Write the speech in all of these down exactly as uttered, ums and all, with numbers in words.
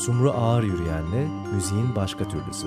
Sumru Ağır Yürüyen'le müziğin başka türlüsü.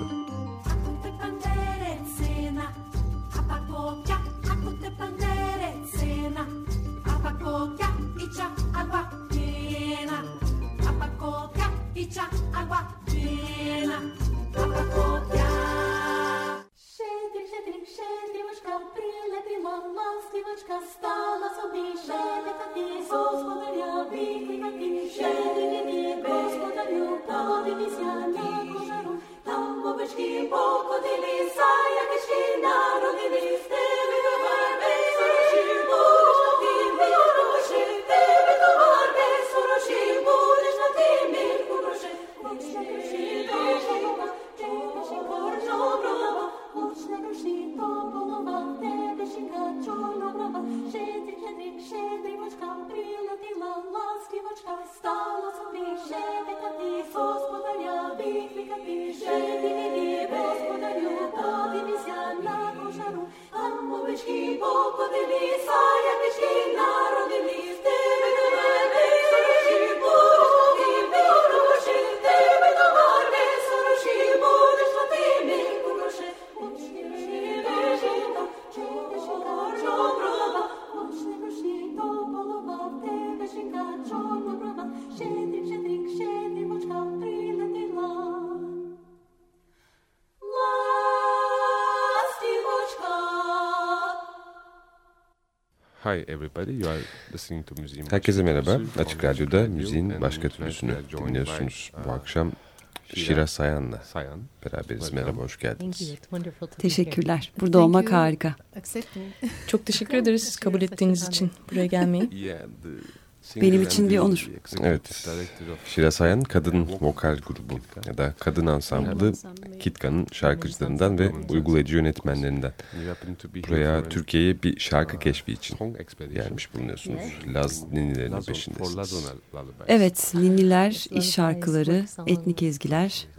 Herkese merhaba. Açık Radyo'da müziğin başka türlüsünü dinliyorsunuz. Bu akşam Şira Sayan'la beraberiz. Merhaba, hoş geldiniz. Teşekkürler. Burada olmak harika. Çok teşekkür ederiz kabul ettiğiniz için buraya gelmeyi. Benim için bir onur. Evet. Şira Sayan kadın vokal grubu ya da kadın ansamblı Kitka'nın şarkıcılarından ve uygulayıcı yönetmenlerinden. Buraya Türkiye'ye bir şarkı keşfi için gelmiş bulunuyorsunuz. Laz ninnilerinin peşindesiniz. Evet, ninniler, iş şarkıları, etnik ezgiler.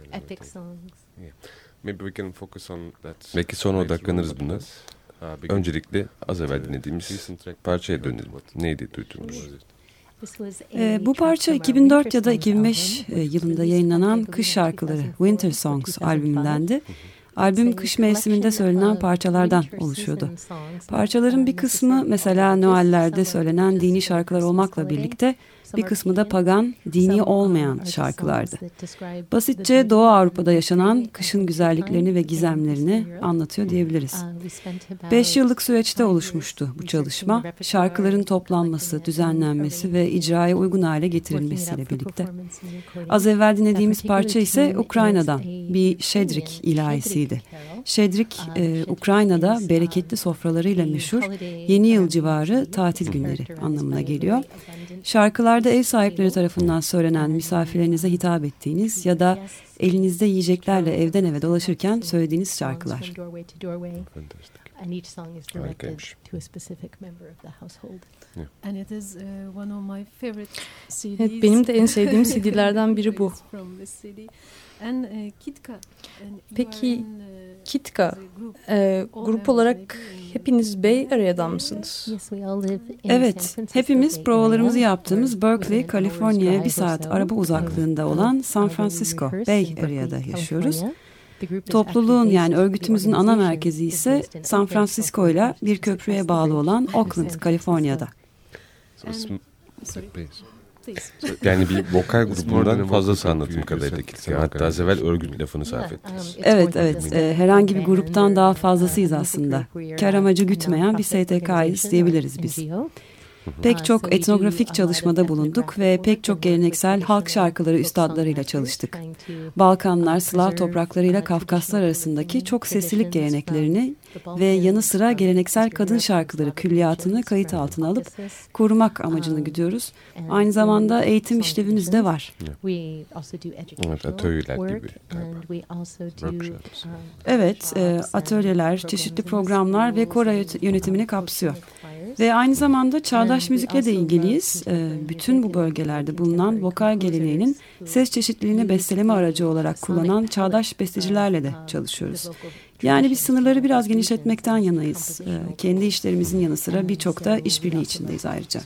Belki sonra odaklanırız buna. Öncelikle az evvel dinlediğimiz parçaya dönelim. Neydi duyduğumuz? Ee, bu parça iki bin dört ya da iki bin beş yılında yayınlanan Kış Şarkıları Winter Songs albümündendi. Albüm kış mevsiminde söylenen parçalardan oluşuyordu. Parçaların bir kısmı mesela Noel'lerde söylenen dini şarkılar olmakla birlikte bir kısmı da pagan, dini olmayan şarkılardı. Basitçe Doğu Avrupa'da yaşanan kışın güzelliklerini ve gizemlerini anlatıyor diyebiliriz. Beş yıllık süreçte oluşmuştu bu çalışma. Şarkıların toplanması, düzenlenmesi ve icraya uygun hale getirilmesiyle birlikte. Az evvel dinlediğimiz parça ise Ukrayna'dan bir Şedrik ilahisiydi. Şedrik, e, Ukrayna'da bereketli sofralarıyla meşhur yeni yıl civarı tatil günleri anlamına geliyor. Şarkılarda ev sahipleri tarafından söylenen misafirlerinize hitap ettiğiniz ya da elinizde yiyeceklerle evden eve dolaşırken söylediğiniz şarkılar. Harikaymış. Evet, benim de en sevdiğim C D'lerden biri bu. Peki Kitka, e, grup olarak hepiniz Bay Area'dan mısınız? Evet, hepimiz provalarımızı yaptığımız Berkeley, Kaliforniya'ya bir saat araba uzaklığında olan San Francisco Bay Area'da yaşıyoruz. Topluluğun yani örgütümüzün ana merkezi ise San Francisco ile bir köprüye bağlı olan Oakland, Kaliforniya'da. Yani bir vokal grubundan fazlası anladığım kadarıyla Kitka. Hatta az evvel örgüt lafını sarf ettiniz. Evet, evet. E, herhangi bir gruptan daha fazlasıyız aslında. Kar amacı gütmeyen bir S T K'yız diyebiliriz biz. Pek çok etnografik çalışmada bulunduk ve pek çok geleneksel halk şarkıları üstadlarıyla çalıştık. Balkanlar, Slav topraklarıyla Kafkaslar arasındaki çok seslilik geleneklerini ve yanı sıra geleneksel kadın şarkıları külliyatını kayıt altına alıp korumak amacını güdüyoruz. Aynı zamanda eğitim işlevimiz de var. Evet, atölyeler gibi. Evet, e, atölyeler, çeşitli programlar ve koro yönetimini kapsıyor. Ve aynı zamanda çağdaş müzikle de ilgiliyiz. E, bütün bu bölgelerde bulunan vokal geleneğinin ses çeşitliliğini besteleme aracı olarak kullanan çağdaş bestecilerle de çalışıyoruz. Yani biz sınırları biraz genişletmekten yanayız. Ee, kendi işlerimizin yanı sıra birçok da işbirliği içindeyiz ayrıca.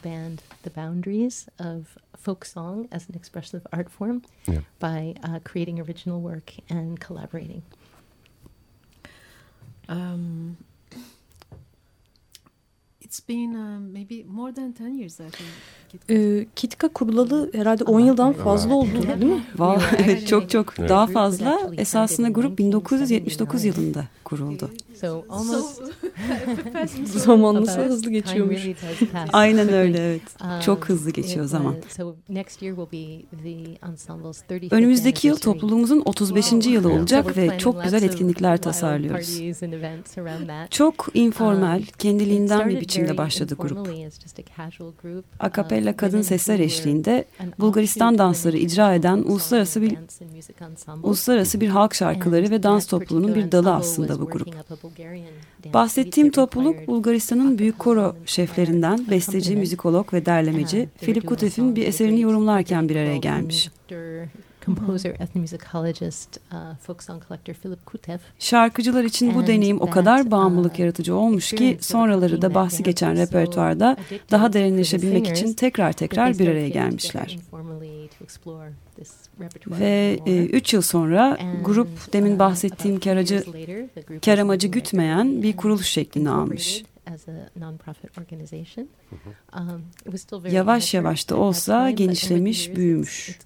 Folk song as an expressive art form yeah. by uh, creating original work and collaborating. Um, it's been uh, maybe more than ten years I think. Ee, Kitka kurulalı herhalde on yıldan fazla oldu değil mi? Vallahi evet, çok çok evet. Daha fazla. Esasında grup bin dokuz yüz yetmiş dokuz yılında kuruldu. So almost zaman nasıl hızlı geçiyormuş. Aynen öyle, evet. Çok hızlı geçiyor zaman. Önümüzdeki yıl topluluğumuzun otuz beşinci yılı olacak ve çok güzel etkinlikler tasarlıyoruz. Çok informal, kendiliğinden bir biçimde başladı grup. Akapella kadın sesler eşliğinde Bulgaristan dansları icra eden uluslararası bir uluslararası bir halk şarkıları ve dans topluluğunun bir dalı aslında bu grup. Bahsettiğim topluluk Bulgaristan'ın büyük koro şeflerinden besteci, müzikolog ve derlemeci Filip Kutev'in bir eserini yorumlarken bir araya gelmiş. Composer, ethnomusicologist, uh, folk song collector Filip Kutev. Şarkıcılar için bu deneyim o kadar bağımlılık yaratıcı olmuş ki sonraları da bahsi geçen repertuarda daha derinleşebilmek için tekrar tekrar bir araya gelmişler. Ve e, üç yıl sonra grup demin bahsettiğim kar acı, kar amacı gütmeyen bir kuruluş şeklini almış. Yavaş yavaş da olsa genişlemiş, büyümüş.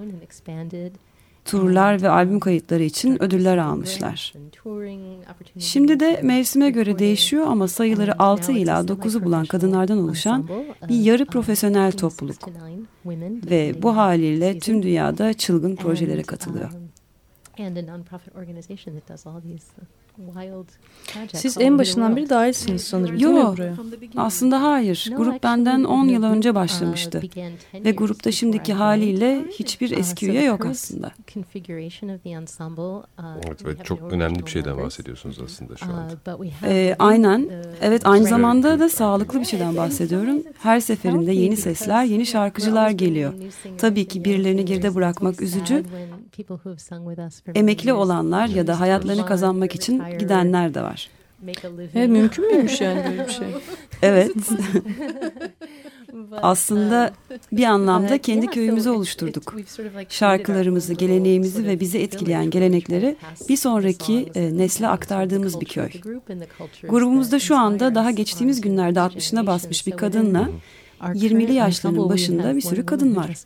Turlar ve albüm kayıtları için ödüller almışlar. Şimdi de mevsime göre değişiyor ama sayıları altı ila dokuzu bulan kadınlardan oluşan bir yarı profesyonel topluluk. Ve bu haliyle tüm dünyada çılgın projelere katılıyor. Siz en başından beri dahilsiniz sanırım, değil mi buraya? Aslında hayır. Grup benden on yıl önce başlamıştı. Ve grupta şimdiki haliyle hiçbir eski üye yok aslında. Evet, ve çok önemli bir şeyden bahsediyorsunuz aslında şu anda. Ee, aynen. Evet, aynı zamanda da sağlıklı bir şeyden bahsediyorum. Her seferinde yeni sesler, yeni şarkıcılar geliyor. Tabii ki birilerini geride bırakmak üzücü. Emekli olanlar ya da hayatlarını kazanmak için gidenler de var. Evet, mümkün müymüş yani böyle bir şey? Evet. Aslında bir anlamda kendi köyümüzü oluşturduk. Şarkılarımızı, geleneğimizi ve bizi etkileyen gelenekleri bir sonraki e, nesle aktardığımız bir köy. Grubumuzda şu anda daha geçtiğimiz günlerde altmışına basmış bir kadınla yirmili yaşlarının başında bir sürü kadın var.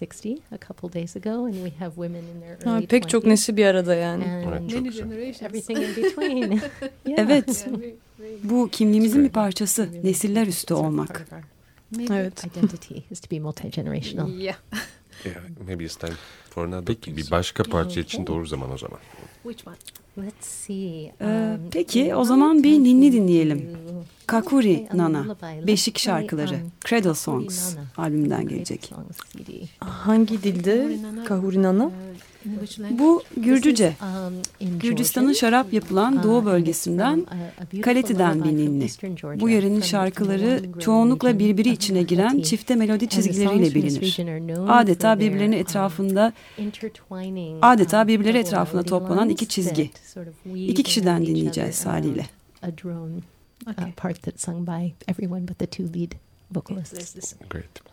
Ha, pek çok nesli bir arada yani. Evet, bu kimliğimizin bir parçası, nesiller üstü olmak. Evet. Peki bir başka parça için doğru zaman o zaman. Ee, peki o zaman bir ninni dinleyelim. Kakuri Nana, Beşik Şarkıları, Cradle Songs albümünden gelecek. Hangi dilde Kahuri Nana? Bu Gürcüce. Gürcistan'ın şarap yapılan doğu bölgesinden Kaleti'den bir ninni. Bu yörenin şarkıları çoğunlukla birbiri içine giren çifte melodi çizgileriyle bilinir. Adeta birbirlerinin etrafında adeta birbirleri etrafında toplanan iki çizgi. İki kişiden dinleyeceğiz haliyle. Great.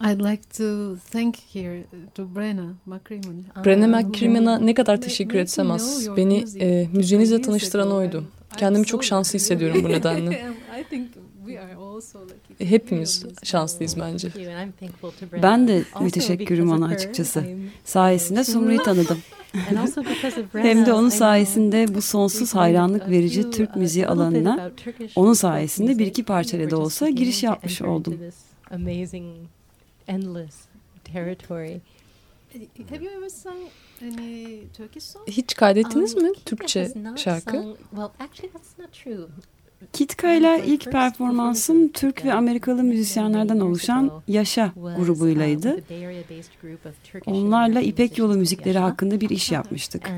I'd like to thank here to Brenna McCrimmon. Brenna McCrimmon'a ne kadar teşekkür etsem az. Beni e, müziğinizle tanıştıran oydu. Kendimi çok şanslı hissediyorum bu nedenle. Hepimiz şanslıyız bence. Ben de müteşekkirim ona açıkçası. Sayesinde Sumru'yu tanıdım. Hem de onun sayesinde bu sonsuz hayranlık verici Türk müziği alanına, onun sayesinde bir iki parçayla da olsa giriş yapmış oldum. Hiç kaydettiniz mi Türkçe şarkı? Kitka ile ilk performansım Türk ve Amerikalı müzisyenlerden oluşan Yaşa grubuylaydı. Onlarla İpek Yolu müzikleri hakkında bir iş yapmıştık.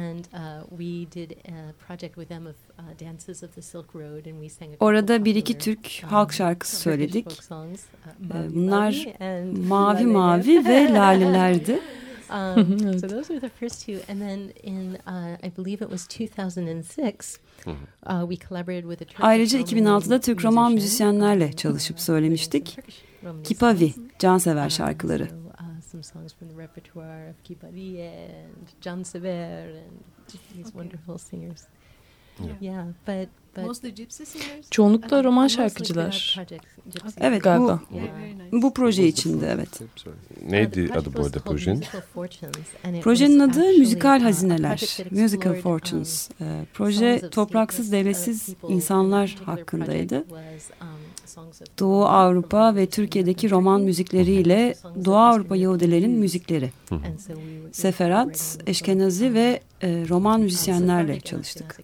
Orada bir iki Türk halk şarkısı söyledik. Bunlar Mavi Mavi ve Lalelerdi. Um, so those were the first two, and then in uh, I believe it was two thousand six, uh, we collaborated with a Turkish. Ayrıca iki bin altıda Türk roman müzisyenlerle çalışıp söylemiştik. Kipavi, Cansever şarkıları. Some songs from the repertoire of Kipavi and Cansever and these wonderful singers. Yeah, but çoğunlukla roman şarkıcılar. Evet, bu, bu proje içinde, evet. Neydi adı bu arada projenin? Projenin adı Müzikal Hazineler, Musical Fortunes. Proje topraksız, devletsiz insanlar hakkındaydı. Doğu Avrupa ve Türkiye'deki roman müzikleriyle Doğu Avrupa Yahudilerin müzikleri. Seferat, Eşkenazi ve e, roman müzisyenlerle çalıştık.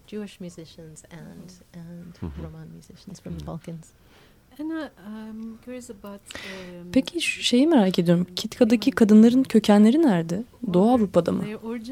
Peki şu şeyi merak ediyorum. Kitka'daki kadınların kökenleri nerede? Doğu Avrupa'da mı?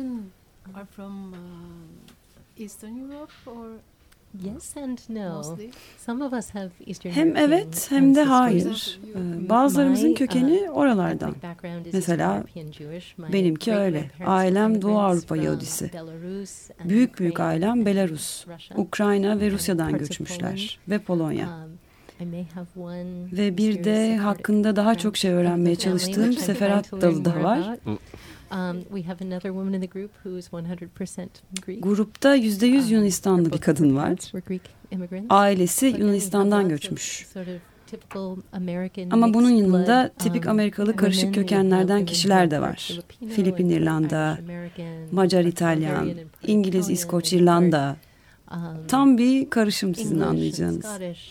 Yes and no. Some of us have Eastern hem evet hem de hayır. Bazılarımızın kökeni oralardan. Mesela benimki öyle. Ailem Doğu Avrupa Yahudisi. Büyük büyük ailem Belarus, Ukrayna ve Rusya'dan göçmüşler ve Polonya. Ve bir de hakkında daha çok şey öğrenmeye çalıştığım Seferat dalı da var. Grupta yüzde yüz Yunanistanlı bir kadın var. Ailesi Yunanistan'dan göçmüş. Ama bunun yanında tipik Amerikalı karışık kökenlerden kişiler de var. Filipin İrlanda, Macar İtalyan, İngiliz İskoç İrlanda. Tam bir karışım sizin anlayacağınız.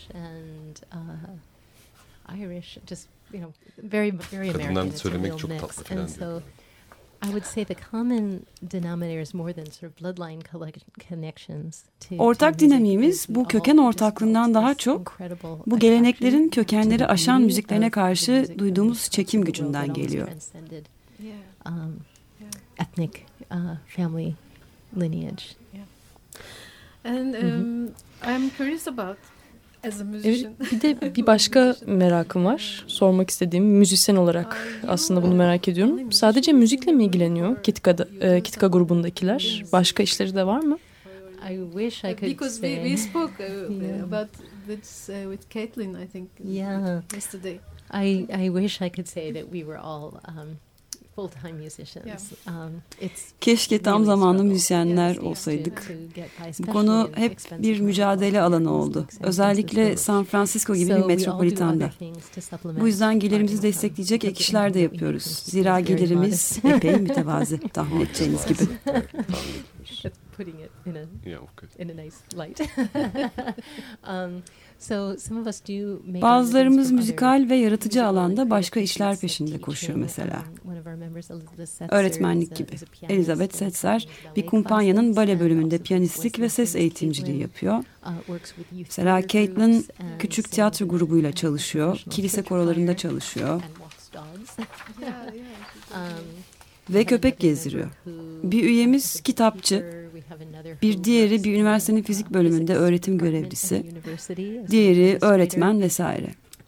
Kadınlar da söylemek çok tatlı falan diyor. I would say the common denominator is more than sort of bloodline connections to. Ortak dinamiğimiz bu köken ortaklığından daha çok bu geleneklerin kökenleri aşan müziklerine karşı duyduğumuz çekim gücünden geliyor. Um, ethnic uh, family lineage. And um, I'm curious about as a musician. Evet, bir de bir başka merakım var. Sormak istediğim, müzisyen olarak aslında bunu merak ediyorum. Sadece müzikle mi ilgileniyor Kitka'da, e, Kitka grubundakiler? Başka işleri de var mı? I wish I could Because say. we, we spoke uh, yeah. about this uh, with Caitlin, I think, yeah. yesterday. I I wish I could say that we were all um, full-time musicians. Yeah. Um, it's Keşke tam zamanlı müzisyenler olsaydık. Bu konu hep bir mücadele alanı oldu. Özellikle San Francisco gibi bir metropolitanda. Bu yüzden gelirimizi destekleyecek ek işler de yapıyoruz. Zira gelirimiz epey mütevazı, tahmin edeceğiniz gibi. Putting it in a in a nice light. um, so some of us do make. Bazılarımız müzikal ve yaratıcı alanda başka işler peşinde koşuyor mesela. Öğretmenlik gibi. Elizabeth Setzer bir kumpanyanın bale bölümünde piyanistlik ve ses eğitimciliği yapıyor. Mesela Caitlin küçük tiyatro grubuyla çalışıyor, kilise korolarında çalışıyor. Ve köpek gezdiriyor. Bir üyemiz kitapçı, bir diğeri bir üniversitenin fizik bölümünde öğretim görevlisi, diğeri öğretmen vesaire.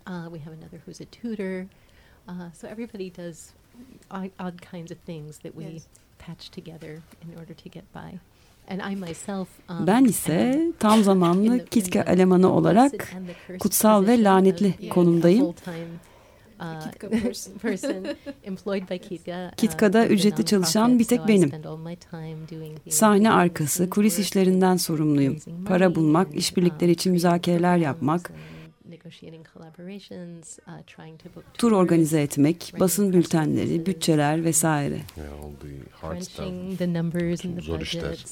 Ben ise tam zamanlı Kitka elemanı olarak kutsal ve lanetli konumdayım. Kitka person. person employed by Kitka. Kitka'da ücretli çalışan bir tek benim. Sahne arkası, kulis işlerinden sorumluyum. Para bulmak, işbirlikleri için müzakereler yapmak, tur organize etmek, basın bültenleri, bütçeler vesaire. Zor işler.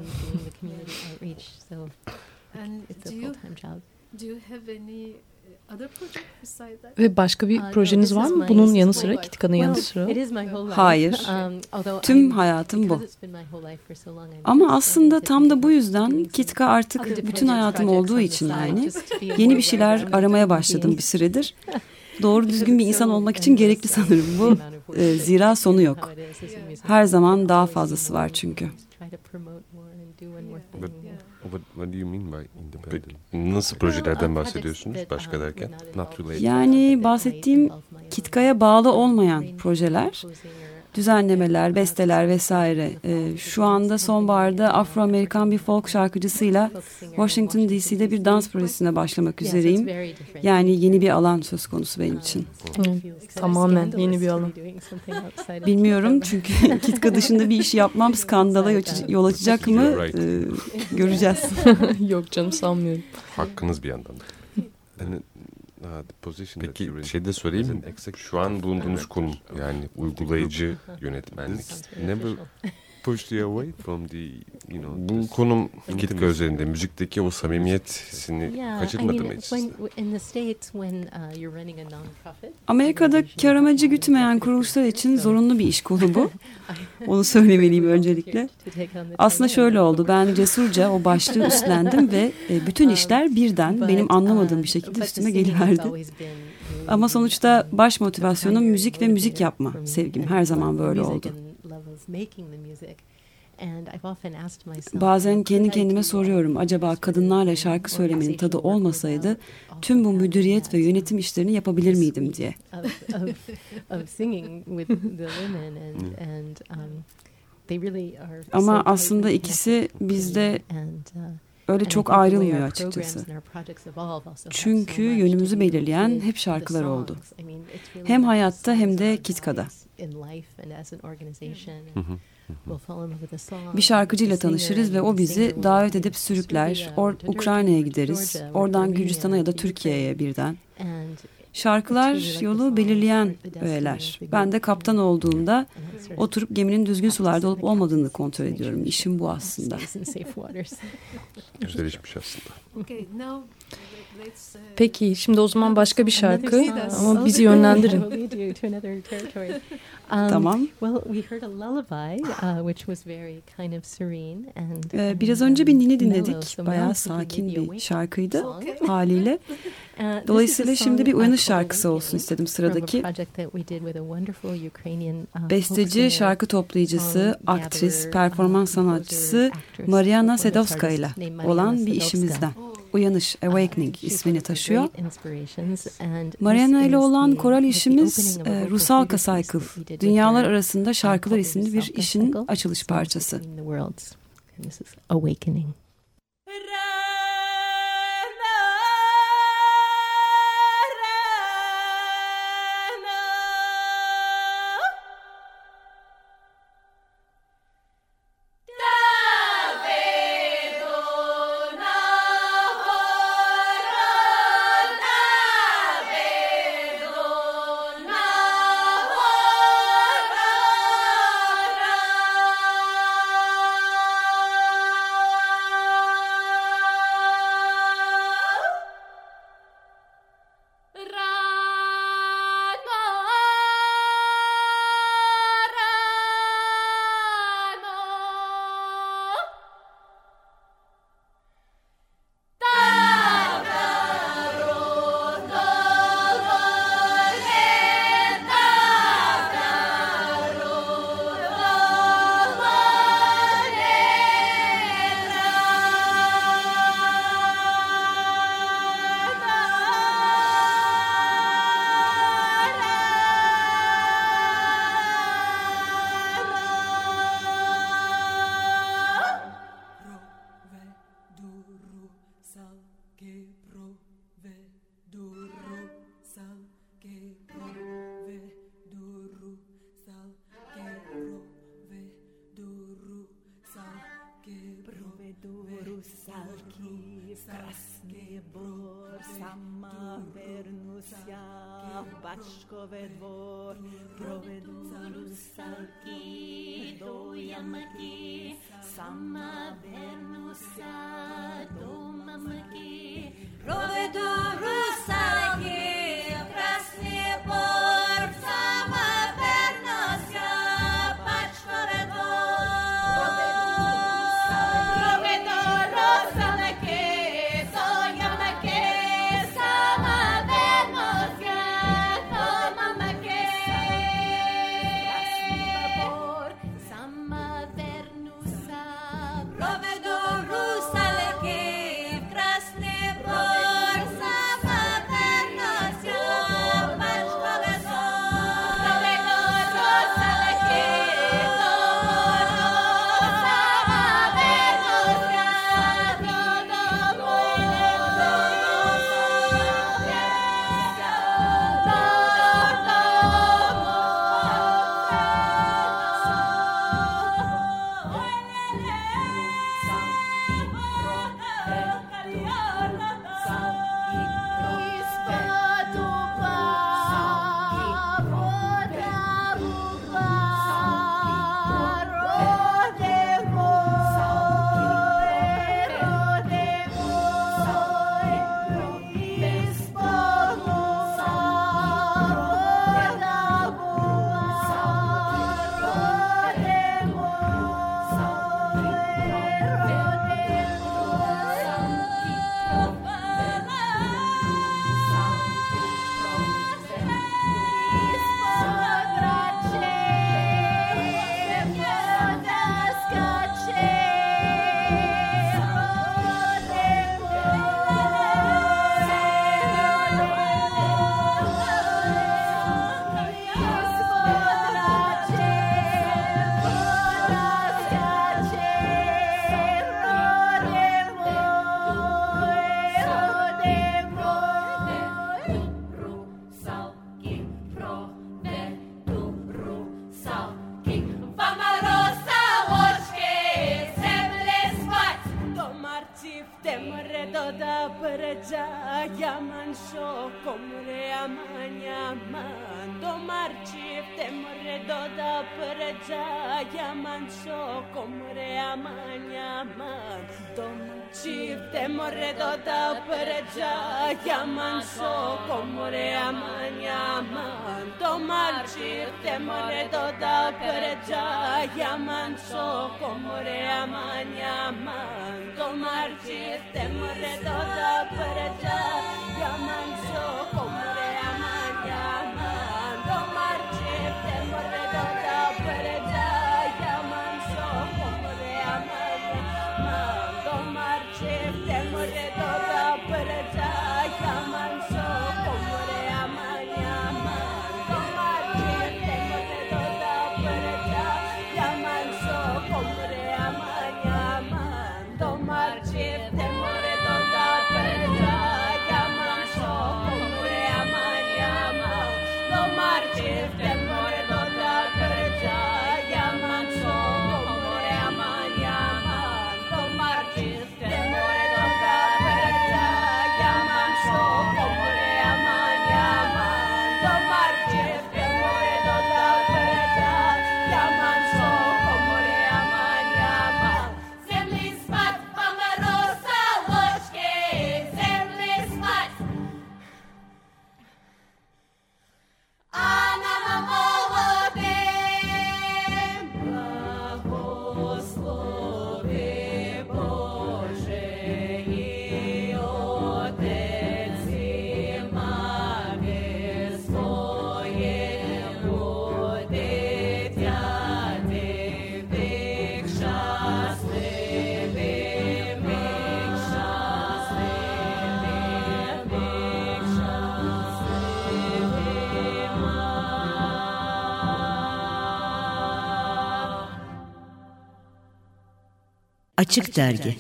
Ve başka bir projeniz var mı? Bunun yanı sıra, Kitka'nın yanı sıra. Hayır. Tüm hayatım bu. Ama aslında tam da bu yüzden Kitka artık bütün hayatım olduğu için yani yeni bir şeyler aramaya başladım bir süredir. Doğru düzgün bir insan olmak için gerekli sanırım bu. E, zira sonu yok. Her zaman daha fazlası var çünkü. What, what do you mean by independent? Nasıl projelerden bahsediyorsunuz başka derken? Not related. Yani bahsettiğim Kitka'ya bağlı olmayan projeler, düzenlemeler, besteler vesaire. Ee, şu anda sonbaharda Afro-Amerikan bir folk şarkıcısıyla Washington D C'de bir dans projesine başlamak üzereyim. Yani yeni bir alan söz konusu benim için. Hı, tamamen yeni bir alan. Bilmiyorum çünkü Kitka dışında bir iş yapmam skandala yol açacak mı ee, göreceğiz. Yok canım, sanmıyorum. Hakkınız bir yandan. Yani, peki şey de sorayım, şu an bulunduğunuz konum yani uygulayıcı yönetmenlik. Never pushed you away from the, you know, bu konum Kitka üzerinde müzikteki o samimiyetini kaçırmadı mı hiç? Amerika'da kar amacı gütmeyen kuruluşlar için zorunlu bir iş kolu bu. Onu söylemeliyim öncelikle. Aslında şöyle oldu. Ben cesurca o başlığı üstlendim ve bütün işler birden benim anlamadığım bir şekilde üstüme geliverdi. Ama sonuçta baş motivasyonum müzik ve müzik yapma sevgim. Her zaman böyle oldu. Bazen kendi kendime soruyorum, acaba kadınlarla şarkı söylemenin tadı olmasaydı tüm bu müdüriyet ve yönetim işlerini yapabilir miydim diye. Ama aslında ikisi bizde öyle çok ayrılmıyor açıkçası. Çünkü yönümüzü belirleyen hep şarkılar oldu. Hem hayatta hem de Kitka'da. Bir şarkıcıyla tanışırız ve o bizi davet edip sürükler. Or- Ukrayna'ya gideriz. Oradan Gürcistan'a ya da Türkiye'ye birden. Şarkılar yolu belirleyen öğeler. Ben de kaptan olduğumda oturup geminin düzgün sularda olup olmadığını kontrol ediyorum. İşim bu aslında. Güzel işmiş aslında. Peki şimdi o zaman başka bir şarkı ama bizi yönlendirin. Tamam. Ee, biraz önce bir nini dinledik. Bayağı sakin bir şarkıydı haliyle. Dolayısıyla şimdi bir uyanış şarkısı olsun istedim sıradaki. Besteci, şarkı toplayıcısı, aktris, performans sanatçısı Mariana Sedowska ile olan bir işimizden. Uyanış, Awakening ismini taşıyor. Mariana ile olan koral işimiz e, Rusalka Cycle, Dünyalar Arasında Şarkılar isimli bir işin açılış parçası. Awakening. Sama Vernusia, Bačkove dvor, provedu rusalki do jamaki. Sama Vernusia, do mamaki, provedu rusalki, krasni bor. Sama Vernusia, Bačkove dvor, provedu rusalki. Açık Dergi.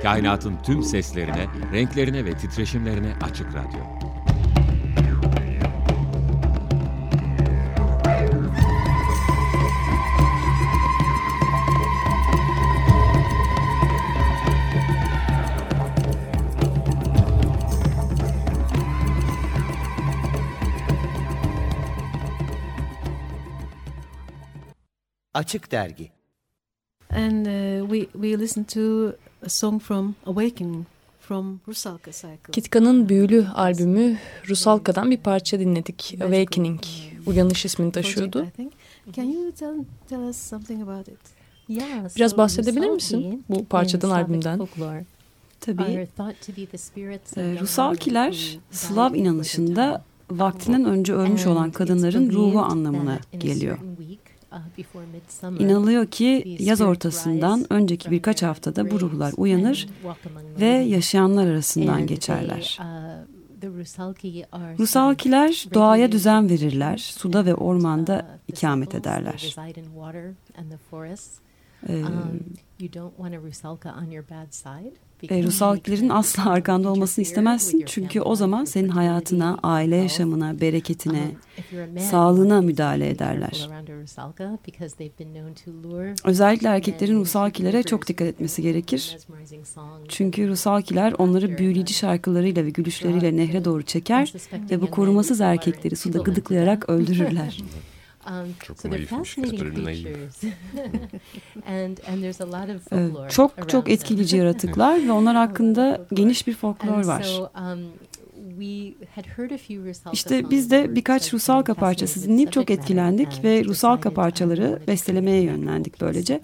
Kainatın tüm seslerine, renklerine ve titreşimlerine Açık Radyo. Açık Dergi. And uh, we we listened to a song from Awakening from Rusalka Cycle. Kitka'nın büyülü albümü Rusalka'dan bir parça dinledik. Awakening, Uyanış ismini taşıyordu. Can you tell, tell us something about it? Biraz bahsedebilir misin bu parçadan, albümden? Tabii. Ee, Rusalkiler, Slav inanışında vaktinden önce ölmüş olan kadınların ruhu anlamına geliyor. İnanılıyor ki yaz ortasından önceki birkaç haftada bu ruhlar uyanır ve yaşayanlar arasından geçerler. Rusalkiler doğaya düzen verirler, suda ve ormanda ikamet ederler. Ee, E, Rusalkilerin asla arkanda olmasını istemezsin. Çünkü o zaman senin hayatına, aile yaşamına, bereketine, sağlığına müdahale ederler. Özellikle erkeklerin Rusalkilere çok dikkat etmesi gerekir. Çünkü Rusalkiler onları büyüleyici şarkılarıyla ve gülüşleriyle nehre doğru çeker ve bu korumasız erkekleri suda gıdıklayarak öldürürler. Um, çok so naifmiş, kadın naif. and, and there's a lot of folklore çok çok etkileyici yaratıklar ve onlar hakkında geniş bir folklor var. So, um, we had heard a few Rusalka İşte biz de birkaç Rusalka parçası dinleyip çok etkilendik ve Rusalka parçaları bestelemeye yönlendik böylece.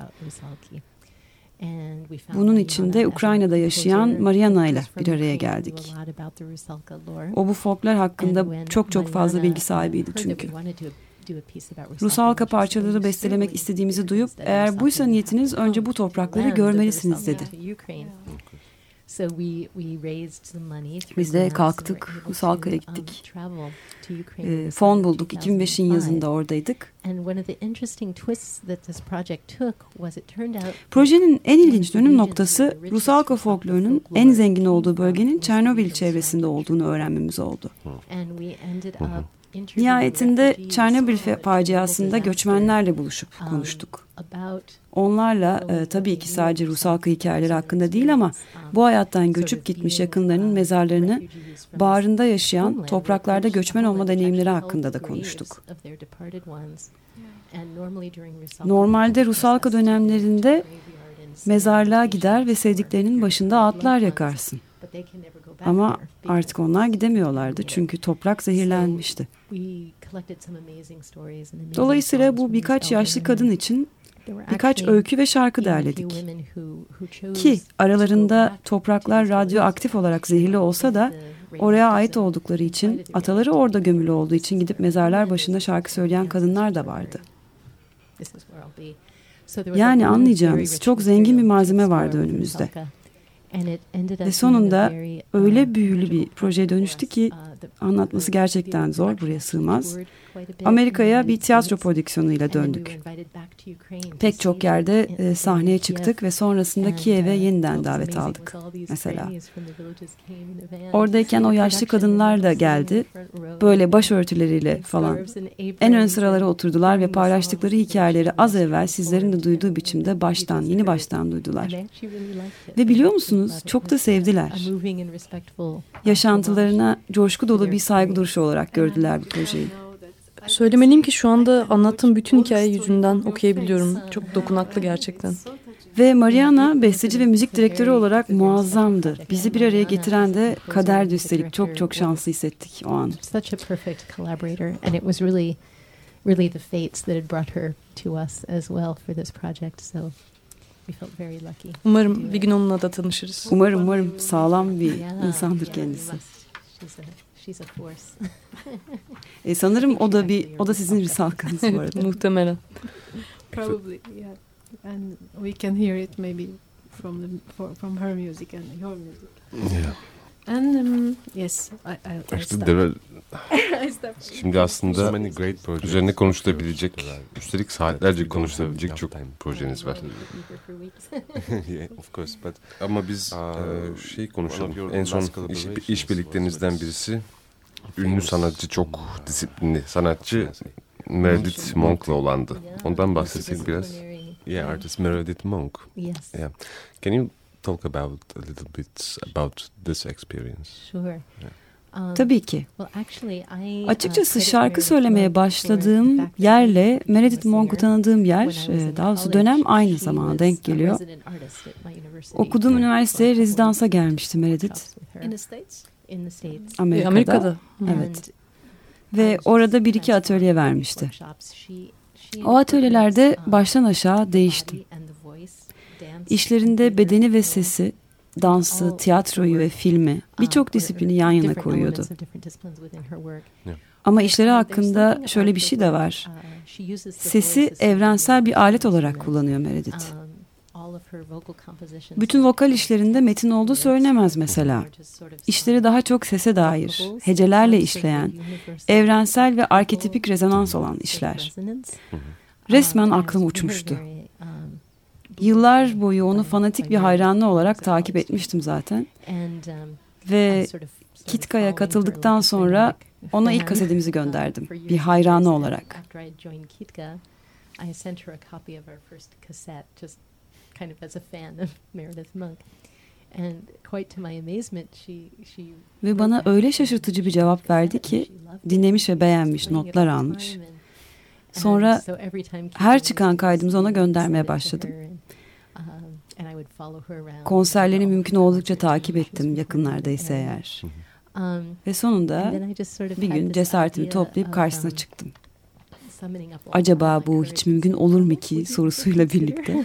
Bunun için de Ukrayna'da yaşayan Mariana ile bir araya geldik. O bu folklor hakkında çok çok fazla bilgi sahibiydi çünkü. Rusalka parçaları bestelemek istediğimizi duyup, eğer buysa niyetiniz önce bu toprakları görmelisiniz dedi. Biz de kalktık, Rusalka'ya gittik. E, fon bulduk, iki bin beşin yazında oradaydık. Projenin en ilginç dönüm noktası, Rusalka folklorunun en zengin olduğu bölgenin Çernobil çevresinde olduğunu öğrenmemiz oldu. Nihayetinde Çernobil faciasında göçmenlerle buluşup konuştuk. Onlarla e, tabii ki sadece Rusalka hikayeleri hakkında değil ama bu hayattan göçüp gitmiş yakınlarının mezarlarını bağrında yaşayan topraklarda göçmen olma deneyimleri hakkında da konuştuk. Normalde Rusalka dönemlerinde mezarlığa gider ve sevdiklerinin başında ağıtlar yakarsın. Ama artık onlar gidemiyorlardı çünkü toprak zehirlenmişti. Dolayısıyla bu birkaç yaşlı kadın için birkaç öykü ve şarkı derledik. Ki aralarında topraklar radyoaktif olarak zehirli olsa da oraya ait oldukları için, ataları orada gömülü olduğu için gidip mezarlar başında şarkı söyleyen kadınlar da vardı. Yani anlayacağınız çok zengin bir malzeme vardı önümüzde. Ve sonunda öyle büyülü bir projeye dönüştü ki anlatması gerçekten zor, buraya sığmaz. Amerika'ya bir tiyatro prodüksiyonuyla döndük. Pek çok yerde e, sahneye çıktık ve sonrasında Kiev'e yeniden davet aldık mesela. Oradayken o yaşlı kadınlar da geldi, böyle başörtüleriyle falan. En ön sıralara oturdular ve paylaştıkları hikayeleri az evvel sizlerin de duyduğu biçimde baştan, yeni baştan duydular. Ve biliyor musunuz, çok da sevdiler. Yaşantılarına coşku dolu bir saygı duruşu olarak gördüler bu projeyi. Söylemeliyim ki şu anda anlattığım bütün hikaye yüzünden okuyabiliyorum. Çok dokunaklı gerçekten. Ve Mariana besteci ve müzik direktörü olarak muazzamdı. Bizi bir araya getiren de kaderdi üstelik. Çok çok şanslı hissettik o an. Such a perfect collaborator and it was really really the fates that had brought her to us as well for this project. So we felt very lucky. Umarım bir gün onunla da tanışırız. Umarım umarım sağlam bir insandır kendisi. She's a force. e, sanırım o da bir o da sizin Rusalkanız bu arada. Muhtemelen. Probably, yeah. And we can hear it maybe from the for, from her music and your music. Yeah. And um, yes, I I, I Actually, start. there are I Şimdi aslında üzerine konuşulabilecek, üstelik saatlerce konuşulabilecek çok projeniz var. Ama biz e, şey konuşalım. En son iş, işbirliklerinizden birisi ünlü sanatçı, çok disiplinli sanatçı Meredith Monk'la olandı. Ondan bahsetsek biraz. Yeah, artist Meredith Monk. Yes. Yeah. Can you talk about a little bit about this experience? Sure. Um, Tabii ki. well, actually, I, uh, Açıkçası credit şarkı Meredith söylemeye Monk for the başladığım fact that yerle she Meredith was a Monk'u singer. tanıdığım yer, When I was in e, daha doğrusu college, dönem aynı she zamana was denk a geliyor. resident artist at my university. Okuduğum üniversiteye rezidansa gelmişti Meredith. With her In the States? in the States. Amerika'da. Amerika'da. Evet. Ve orada bir iki atölye vermişti. O atölyelerde baştan aşağı değiştim. İşlerinde bedeni ve sesi, dansı, tiyatroyu ve filmi, birçok disiplini yan yana koyuyordu. Ama işleri hakkında şöyle bir şey de var. Sesi evrensel bir alet olarak kullanıyor Meredith. Bütün vokal işlerinde metin olduğu söylenemez mesela. İşleri daha çok sese dair, hecelerle işleyen, evrensel ve arketipik rezonans olan işler. Resmen aklım uçmuştu. Yıllar boyu onu fanatik bir hayranı olarak takip etmiştim zaten. Ve Kitka'ya katıldıktan sonra ona ilk kasetimizi gönderdim. Bir hayranı olarak. Kind of as a fan of Meredith Monk. And quite to my amazement, she she Ve bana öyle şaşırtıcı bir cevap verdi ki dinlemiş ve beğenmiş, notlar almış. Sonra her çıkan kaydımızı ona göndermeye başladım. Konserlerini mümkün oldukça takip ettim, yakınlardaysa eğer. Ve sonunda bir gün cesaretimi toplayıp karşısına çıktım. Acaba bu hiç mümkün olur mu ki sorusuyla birlikte.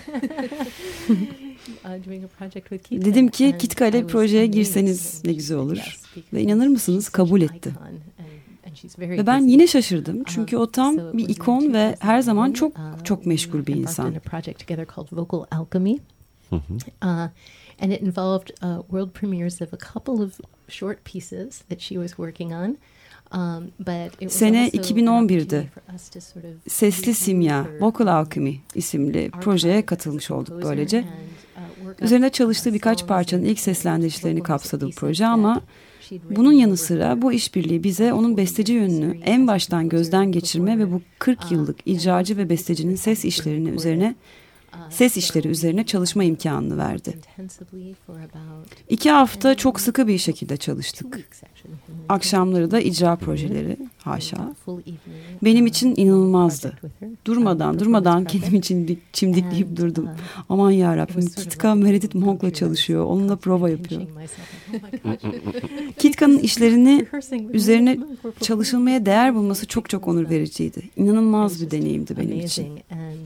Dedim ki Kitka ile projeye girseniz ne güzel olur. Ve inanır mısınız kabul etti. Ve ben yine şaşırdım çünkü o tam bir ikon ve her zaman çok çok meşgul bir insan. And it involved uh, world premieres of a couple of short pieces that she was working on. Um, but it was Sene also iki bin on bir'de an opportunity for us to sort of Sesli Simya, Vocal Alchemy isimli projeye katılmış olduk böylece. Üzerine çalıştığı birkaç parçanın ilk seslendirişlerini kapsadı bu proje ama bunun yanı sıra bu işbirliği bize onun besteci yönünü en baştan gözden geçirme ve bu kırk yıllık icracı ve bestecinin ses işlerini üzerine ses işleri üzerine çalışma imkanını verdi. İki hafta çok sıkı bir şekilde çalıştık. Akşamları da icra projeleri, haşa. Benim için inanılmazdı. Durmadan durmadan kendim için çimdikleyip durdum. Aman yarabbim, Kitka Meredith Monk'la çalışıyor, onunla prova yapıyor. Kitka'nın işlerini üzerine çalışılmaya değer bulması çok çok onur vericiydi. İnanılmaz bir deneyimdi benim için.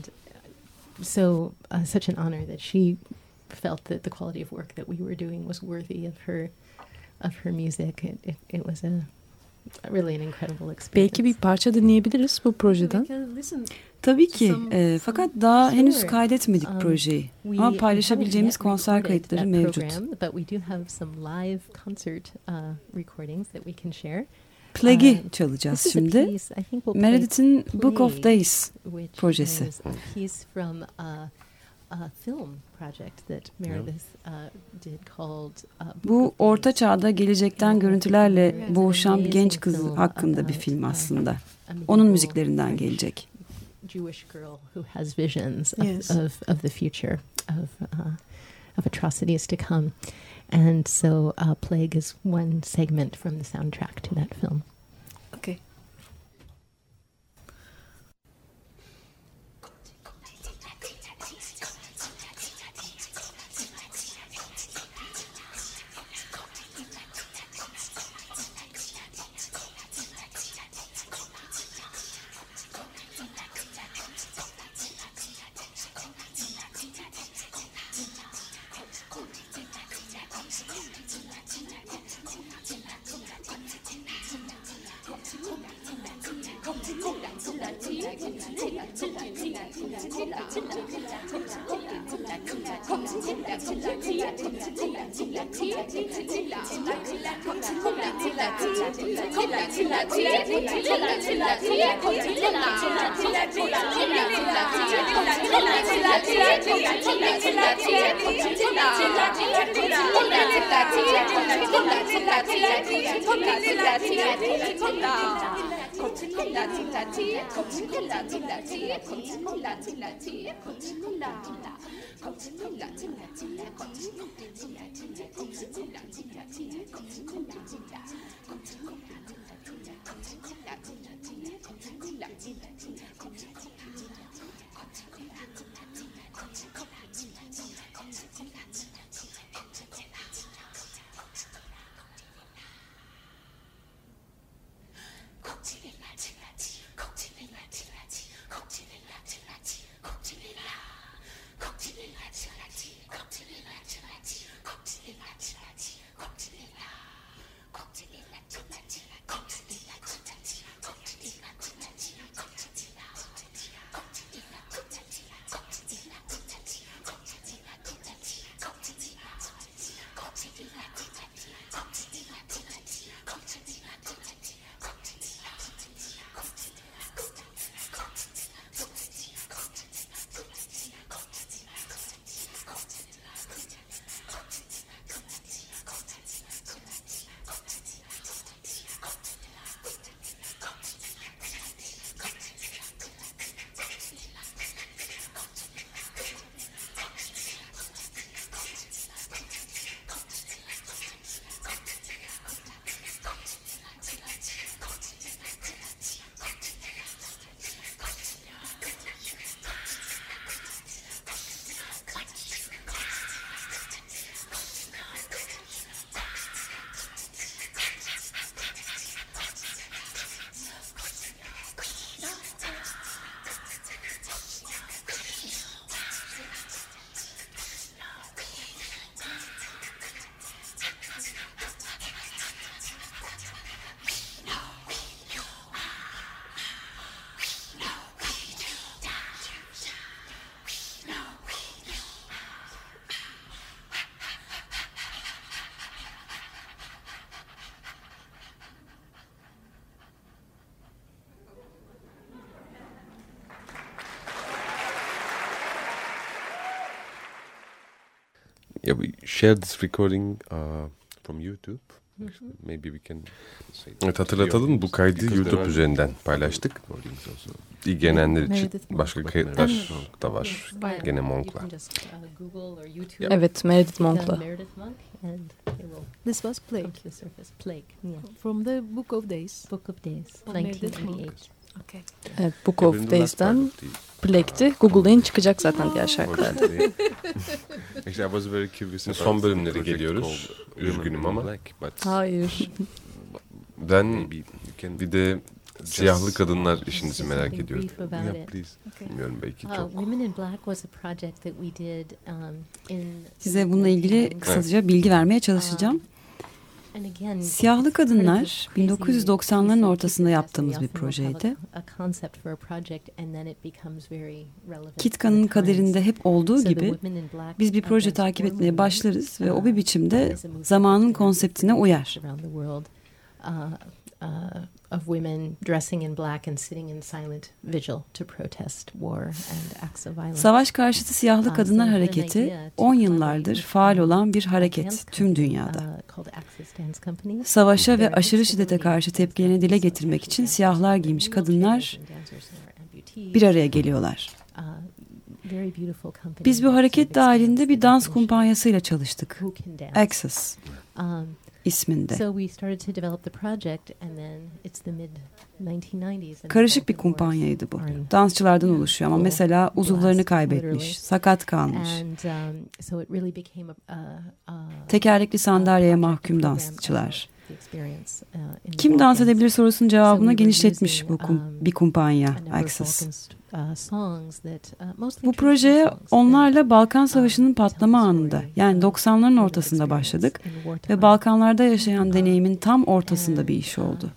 So uh, such an honor that she felt that the quality of work that we were doing was worthy of her of her music. It, it, it was a really an incredible experience. Belki bir parça dinleyebiliriz bu projeden. Tabii ki. E, fakat daha henüz kaydetmedik projeyi. Ama paylaşabileceğimiz konser kayıtları mevcut. But we do have some live concert uh, recordings that we can share. Plague'i çalacağız şimdi. Meredith'in Book of Days projesi. Bu orta çağda gelecekten görüntülerle boğuşan bir genç kız hakkında bir film aslında. Onun müziklerinden gelecek. Jewish girl who has visions of, of, of the future of uh, of atrocities to come. And so uh, Plague is one segment from the soundtrack to that film. Okay. Thank you. Yeah, we shared this recording uh, from YouTube. Mm-hmm. Maybe we can say. Evet, hatırlatalım, bu kaydı YouTube üzerinden paylaştık. İlgilenenler için başka kayıtlar da var. Gene Monk'la. Evet, Meredith Monk'la. This was Plague. Plague. Yeah. From the Book of Days. Book of Days. nineteen twenty-eight. Okay. Evet, Book of Days'ten Plague'ti. Google'layın, çıkacak zaten diğer şarkılarda. Son bölümlere geliyoruz. Üzgünüm ama. Hayır. Ben bir de siyahlı kadınlar işinizi merak ediyorum. Bilmiyorum, belki çok. Size bununla ilgili kısaca bilgi vermeye çalışacağım. Siyahlı Kadınlar bin dokuz yüz doksanların ortasında yaptığımız bir projeydi. Kitka'nın kaderinde hep olduğu gibi biz bir proje takip etmeye başlarız ve o bir biçimde zamanın konseptine uyar. Of women dressing in black and sitting in silent vigil to protest war and acts of violence. Savaş karşıtı Siyahlı Kadınlar Hareketi on yıllardır faal olan bir hareket tüm dünyada. Savaşa ve aşırı şiddete karşı tepkilerini dile getirmek için siyahlar giymiş kadınlar bir araya geliyorlar. Biz bu hareket dahilinde bir dans kumpanyasıyla çalıştık. Access isminde. Karışık bir kumpanyaydı bu. Dansçılardan oluşuyor ama mesela uzuvlarını kaybetmiş, sakat kalmış, tekerlekli sandalyeye mahkum dansçılar. Kim dans edebilir sorusunun cevabına genişletmiş bu kum, bir kumpanya, Access. Bu projeye onlarla Balkan Savaşı'nın patlama anında, yani doksanların ortasında başladık ve Balkanlarda yaşayan deneyimin tam ortasında bir iş oldu.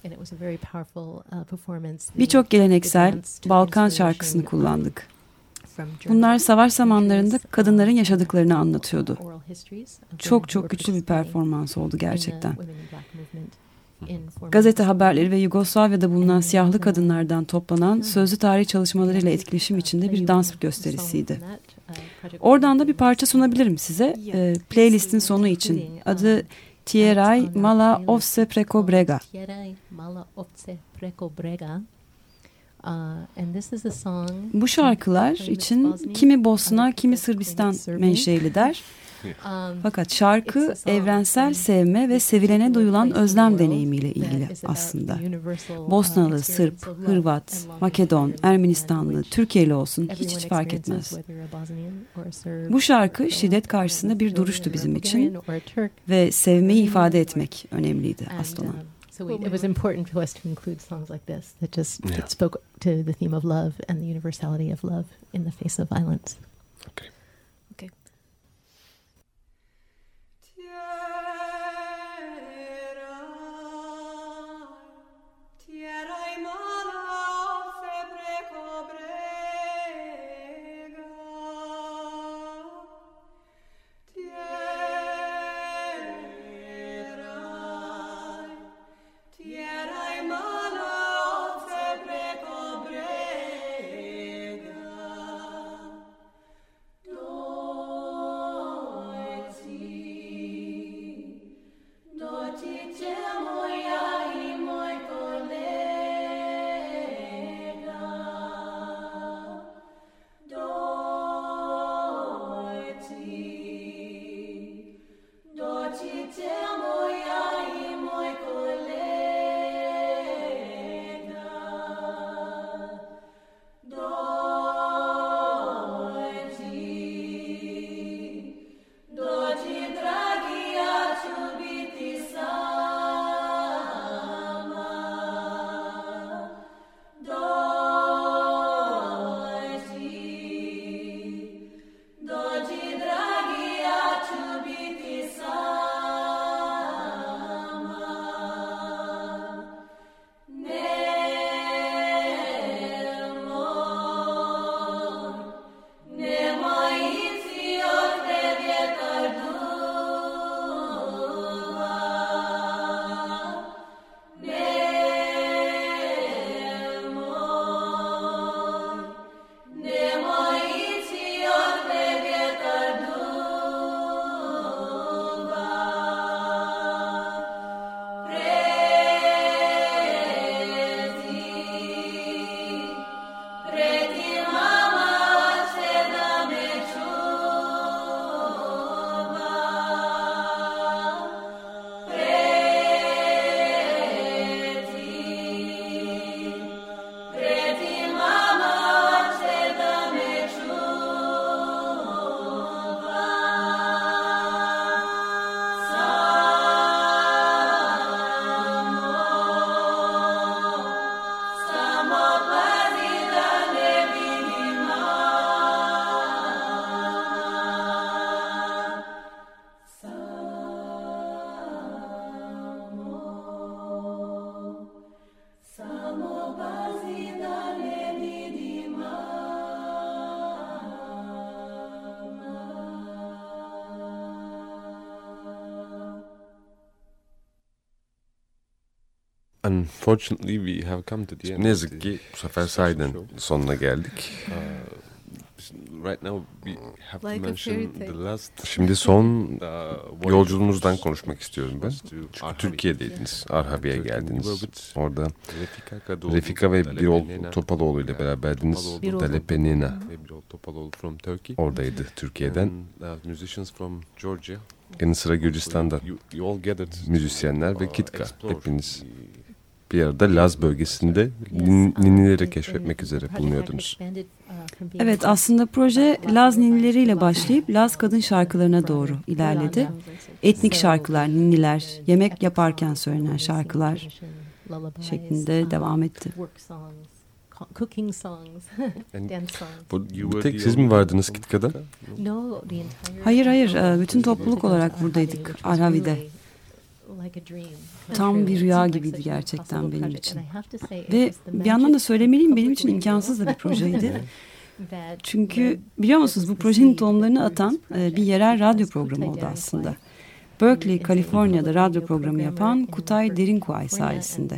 Birçok geleneksel Balkan şarkısını kullandık. Bunlar savaş zamanlarında kadınların yaşadıklarını anlatıyordu. Çok çok güçlü bir performans oldu gerçekten. Gazete haberleri ve Yugoslavya'da bulunan siyahlı kadınlardan toplanan sözlü tarih çalışmalarıyla etkileşim içinde bir dans gösterisiydi. Oradan da bir parça sunabilirim size. E, playlistin sonu için. Adı Tieraj Mala Ovce Preko Brega. Bu şarkılar için kimi Bosna, kimi Sırbistan menşeli der. Fakat şarkı evrensel sevme ve sevilene duyulan özlem deneyimiyle ilgili aslında. Bosnalı, Sırp, Hırvat, Makedon, Ermenistanlı, Türkiye'li olsun hiç hiç fark etmez. Bu şarkı şiddet karşısında bir duruştu bizim için ve sevmeyi ifade etmek önemliydi asıl olan. So we, it was important for us to include songs like this that just yeah. that spoke to the theme of love and the universality of love in the face of violence. Okay. Okay. Unfortunately we have come to the end. Ne yazık ki bu sefer sahiden sonuna geldik. Right now we have to mention the last. Şimdi son yolculuğunuzdan konuşmak istiyorum ben. Çünkü Türkiye'deydiniz, Arhavi'ye geldiniz. Orada Refika ve Birol Topaloğlu ile beraberdiniz. Dalepenina oradaydı Türkiye'den. Yanı sıra Gürcistan'dan müzisyenler ve Kitka. Hepiniz bir arada Laz bölgesinde ninnileri keşfetmek üzere bulunuyordunuz. Evet, aslında proje Laz ninnileriyle başlayıp Laz kadın şarkılarına doğru ilerledi. Etnik şarkılar, ninniler, yemek yaparken söylenen şarkılar şeklinde devam etti. cooking songs, dance songs. Bu, bu tek siz mi vardınız Kitka'da? No, the entire. Hayır hayır, bütün topluluk olarak buradaydık Arhavi'de. Tam bir rüya gibiydi gerçekten benim için. Ve bir yandan da söylemeliyim, benim için imkansız da bir projeydi. Çünkü biliyor musunuz, bu projenin tohumlarını atan bir yerel radyo programı oldu aslında. Berkeley, Kaliforniya'da radyo programı yapan Kutay Derinkuay sayesinde.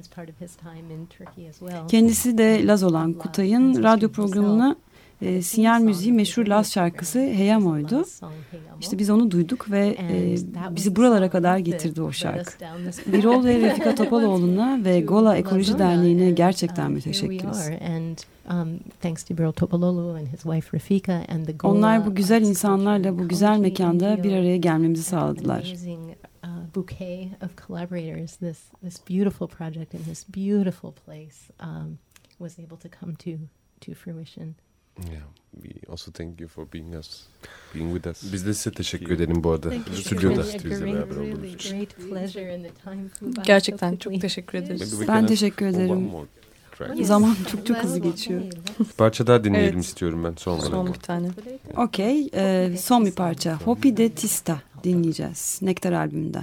Kendisi de Laz olan Kutay'ın radyo programına e, sinyal müziği meşhur Laz şarkısı Heyamo'ydu. İşte biz onu duyduk ve e, bizi buralara kadar getirdi o şarkı. Birol ve Refika Topaloğlu'na ve Gola Ekoloji Derneği'ne gerçekten müteşekkiriz. Onlar bu güzel insanlarla bu güzel mekanda bir araya gelmemizi sağladılar. Bouquet of collaborators, this this beautiful project in this beautiful place um, was able to come to to fruition. Yeah, we also thank you for being us, being with us. Biz de size teşekkür edelim bu arada. Stüdyoda bizle beraber olduğunuz için. Gerçekten çok teşekkür ederiz. Ben teşekkür ederim. Zaman çok çok hızlı geçiyor. Bir parça daha dinleyelim evet. istiyorum ben son olarak. Son bir tane. Okey, e, son bir parça. Hopi de Tista dinleyeceğiz. Nektar albümünden.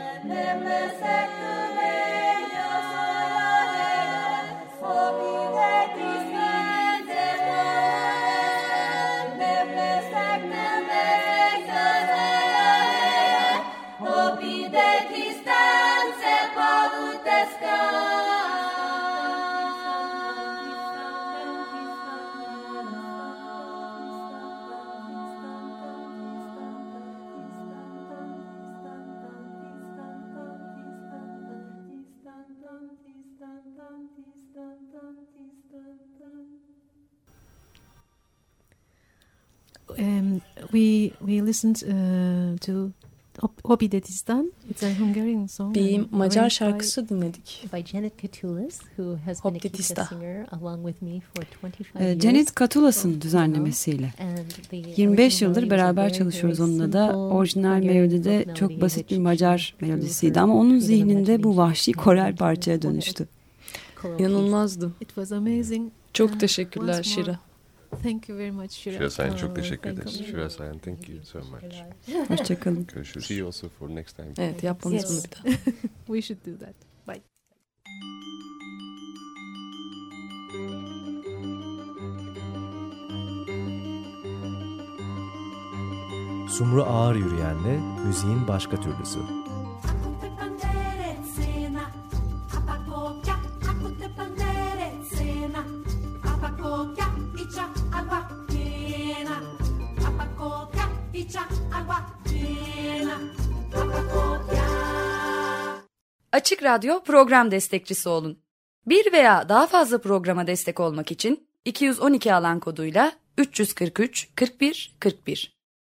Leszek többé, a szolja helyen, um, we we listened uh, to Hobbidedistan. It's a Hungarian song. Bir Macar şarkısı dinledik. By Janet Katulis, who has been a keyboard singer along with me for twenty-five years. Janet Katulas'ın düzenlemesiyle. yirmi beş yıldır beraber çalışıyoruz onunla da. Orijinal melodide çok basit bir Macar melodisiydi ama onun zihninde bu vahşi korel parçaya dönüştü. İnanılmazdı. It was amazing. Çok teşekkürler Şira. Thank you very much, Shira. Shira Sayan çok teşekkür ederiz. Shira Sayan, thank you so much. Hoşçakalın. Görüşürüz. See you also for next time. Evet, yapmanız bunu bir daha. We should do that. Bye. Sumru Ağır Yürüyen'le müziğin başka türlüsü. Açık Radyo program destekçisi olun. Bir veya daha fazla programa destek olmak için iki yüz on iki alan koduyla üç yüz kırk üç kırk bir kırk bir